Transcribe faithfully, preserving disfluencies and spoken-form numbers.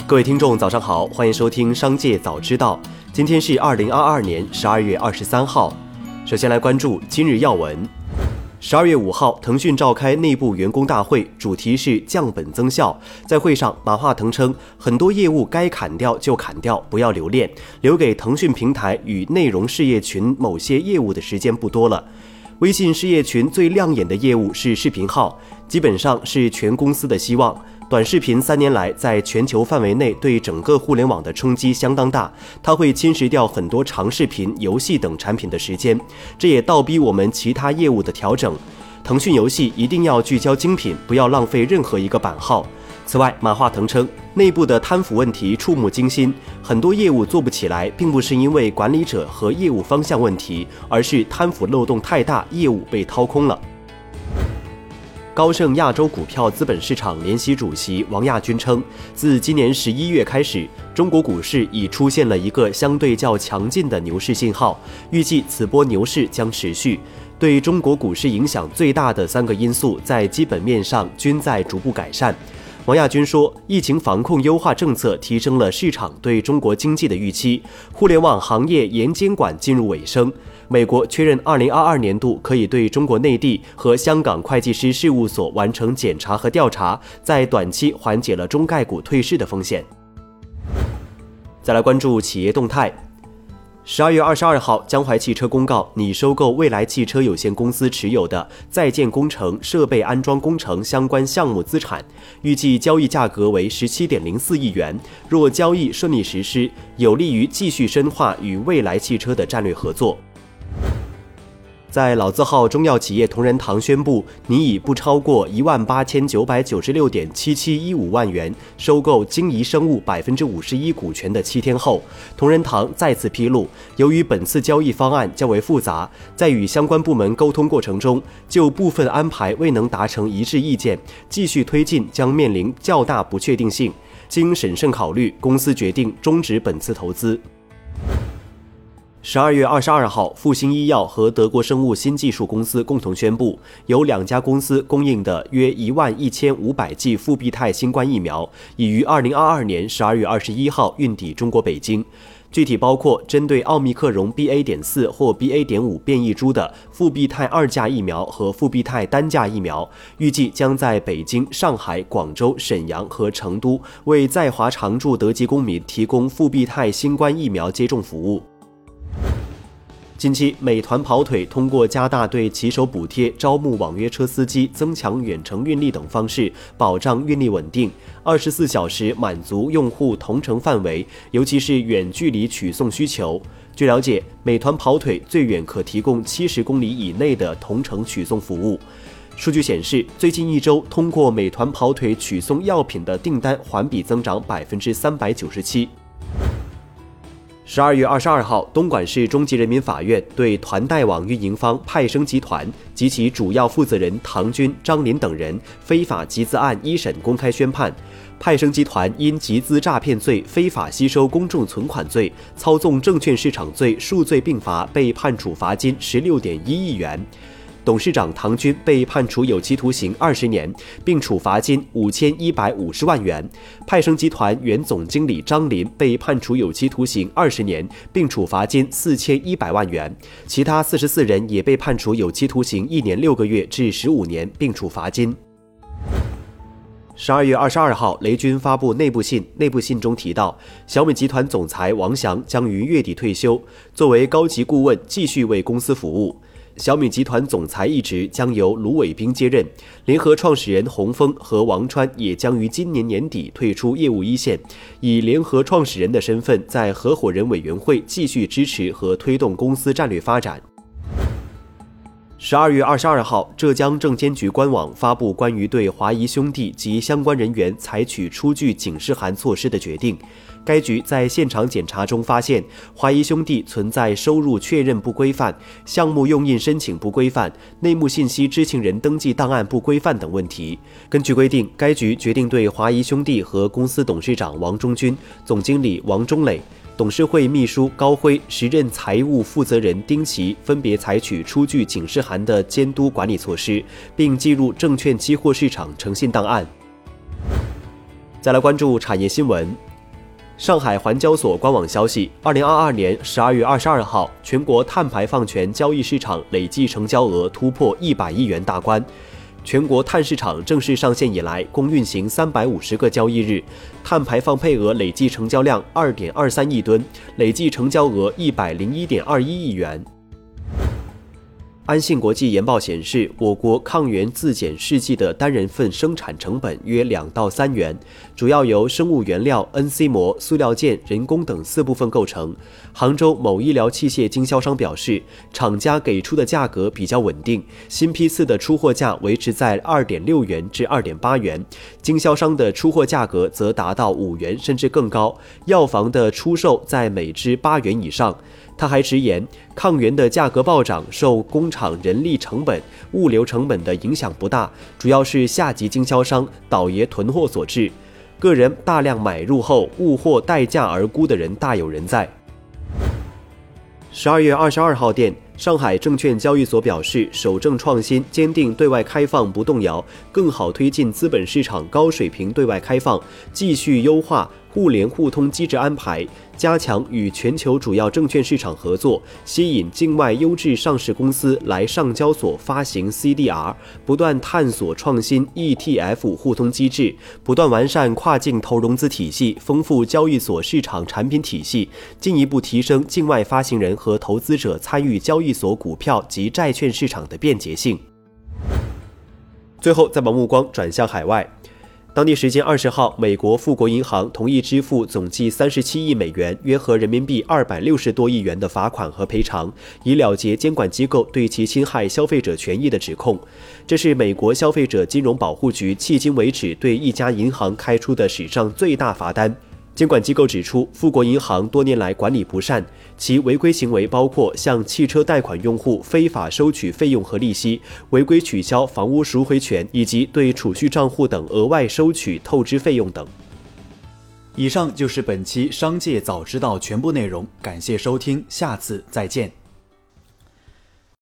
各位听众早上好，欢迎收听商界早知道。今天是二零二二年十二月二十三号。首先来关注今日要闻。十二月五号，腾讯召开内部员工大会，主题是降本增效。在会上，马化腾称，很多业务该砍掉就砍掉，不要留恋，留给腾讯平台与内容事业群某些业务的时间不多了。微信事业群最亮眼的业务是视频号，基本上是全公司的希望。短视频三年来在全球范围内对整个互联网的冲击相当大，它会侵蚀掉很多长视频、游戏等产品的时间，这也倒逼我们其他业务的调整。腾讯游戏一定要聚焦精品，不要浪费任何一个版号。此外，马化腾称，内部的贪腐问题触目惊心，很多业务做不起来，并不是因为管理者和业务方向问题，而是贪腐漏洞太大，业务被掏空了。高盛亚洲股票资本市场联席主席王亚军称，自今年十一月开始，中国股市已出现了一个相对较强劲的牛市信号，预计此波牛市将持续。对中国股市影响最大的三个因素，在基本面上均在逐步改善。王亚军说，疫情防控优化政策提升了市场对中国经济的预期，互联网行业严监管进入尾声。美国确认二零二二年度可以对中国内地和香港会计师事务所完成检查和调查，在短期缓解了中概股退市的风险。再来关注企业动态。十二月二十二号，江淮汽车公告拟收购蔚来汽车有限公司持有的在建工程、设备安装工程相关项目资产，预计交易价格为 十七点零四亿元。若交易顺利实施，有利于继续深化与蔚来汽车的战略合作。在老字号中药企业同仁堂宣布拟以不超过一万八千九百九十六点七七一五万元收购京怡生物百分之五十一股权的七天后，同仁堂再次披露，由于本次交易方案较为复杂，在与相关部门沟通过程中，就部分安排未能达成一致意见，继续推进将面临较大不确定性。经审慎考虑，公司决定终止本次投资。十二月二十二号，复星医药和德国生物新技术公司共同宣布，由两家公司供应的约一万一千五百剂复必泰新冠疫苗，已于二零二二年十二月二十一号运抵中国北京。具体包括针对奥密克戎 B A 点四 或 B A 点五 变异株的复必泰二价疫苗和复必泰单价疫苗，预计将在北京、上海、广州、沈阳和成都为在华常住德籍公民提供复必泰新冠疫苗接种服务。近期，美团跑腿通过加大对骑手补贴、招募网约车司机、增强远程运力等方式，保障运力稳定，二十四小时满足用户同城范围，尤其是远距离取送需求。据了解，美团跑腿最远可提供七十公里以内的同城取送服务。数据显示，最近一周通过美团跑腿取送药品的订单环比增长百分之三百九十七。十二月二十二号，东莞市中级人民法院对团贷网运营方派生集团及其主要负责人唐军、张林等人非法集资案一审公开宣判。派生集团因集资诈骗罪、非法吸收公众存款罪、操纵证券市场罪数罪并罚，被判处罚金十六点一亿元。董事长唐军被判处有期徒刑二十年，并处罚金五千一百五十万元。派生集团原总经理张林被判处有期徒刑二十年，并处罚金四千一百万元。其他四十四人也被判处有期徒刑一年六个月至十五年，并处罚金。十二月二十二号，雷军发布内部信，内部信中提到，小米集团总裁王翔将于月底退休，作为高级顾问继续为公司服务。小米集团总裁一职将由卢伟冰接任，联合创始人洪峰和王川也将于今年年底退出业务一线，以联合创始人的身份在合伙人委员会继续支持和推动公司战略发展。十二月二十二号，浙江证监局官网发布关于对华谊兄弟及相关人员采取出具警示函措施的决定。该局在现场检查中发现，华谊兄弟存在收入确认不规范、项目用印申请不规范、内幕信息知情人登记档案不规范等问题。根据规定，该局决定对华谊兄弟和公司董事长王中军、总经理王中磊、董事会秘书高辉、时任财务负责人丁奇分别采取出具警示函的监督管理措施，并记入证券期货市场诚信档案。再来关注产业新闻。 上海环交所官网消息，二零二二年十二月二十二号，全国碳排放权交易市场累计成交额突破一百亿元大关。全国碳市场正式上线以来，共运行三百五十个交易日，碳排放配额累计成交量二点二三亿吨，累计成交额一百零一点二一亿元。安信国际研报显示，我国抗原自检试剂的单人份生产成本约两到三元，主要由生物原料、N C 膜、塑料件、人工等四部分构成。杭州某医疗器械经销商表示，厂家给出的价格比较稳定，新批次的出货价维持在二点六元至二点八元，经销商的出货价格则达到五元甚至更高，药房的出售在每支八元以上。他还直言，抗原的价格暴涨受工厂人力成本、物流成本的影响不大，主要是下级经销商倒爷囤货所致。个人大量买入后误货待价而沽的人大有人在。十二月二十二号电，上海证券交易所表示，守正创新，坚定对外开放不动摇，更好推进资本市场高水平对外开放，继续优化互联互通机制安排，加强与全球主要证券市场合作，吸引境外优质上市公司来上交所发行 C D R， 不断探索创新 E T F 互通机制，不断完善跨境投融资体系，丰富交易所市场产品体系，进一步提升境外发行人和投资者参与交易所股票及债券市场的便捷性。最后，再把目光转向海外。当地时间二十号，美国富国银行同意支付总计三十七亿美元，约合人民币二百六十多亿元的罚款和赔偿，以了结监管机构对其侵害消费者权益的指控。这是美国消费者金融保护局迄今为止对一家银行开出的史上最大罚单。监管机构指出，富国银行多年来管理不善，其违规行为包括向汽车贷款用户非法收取费用和利息，违规取消房屋赎回权，以及对储蓄账户等额外收取透支费用等。 以上就是本期商界早知道全部内容，感谢收听，下次再见。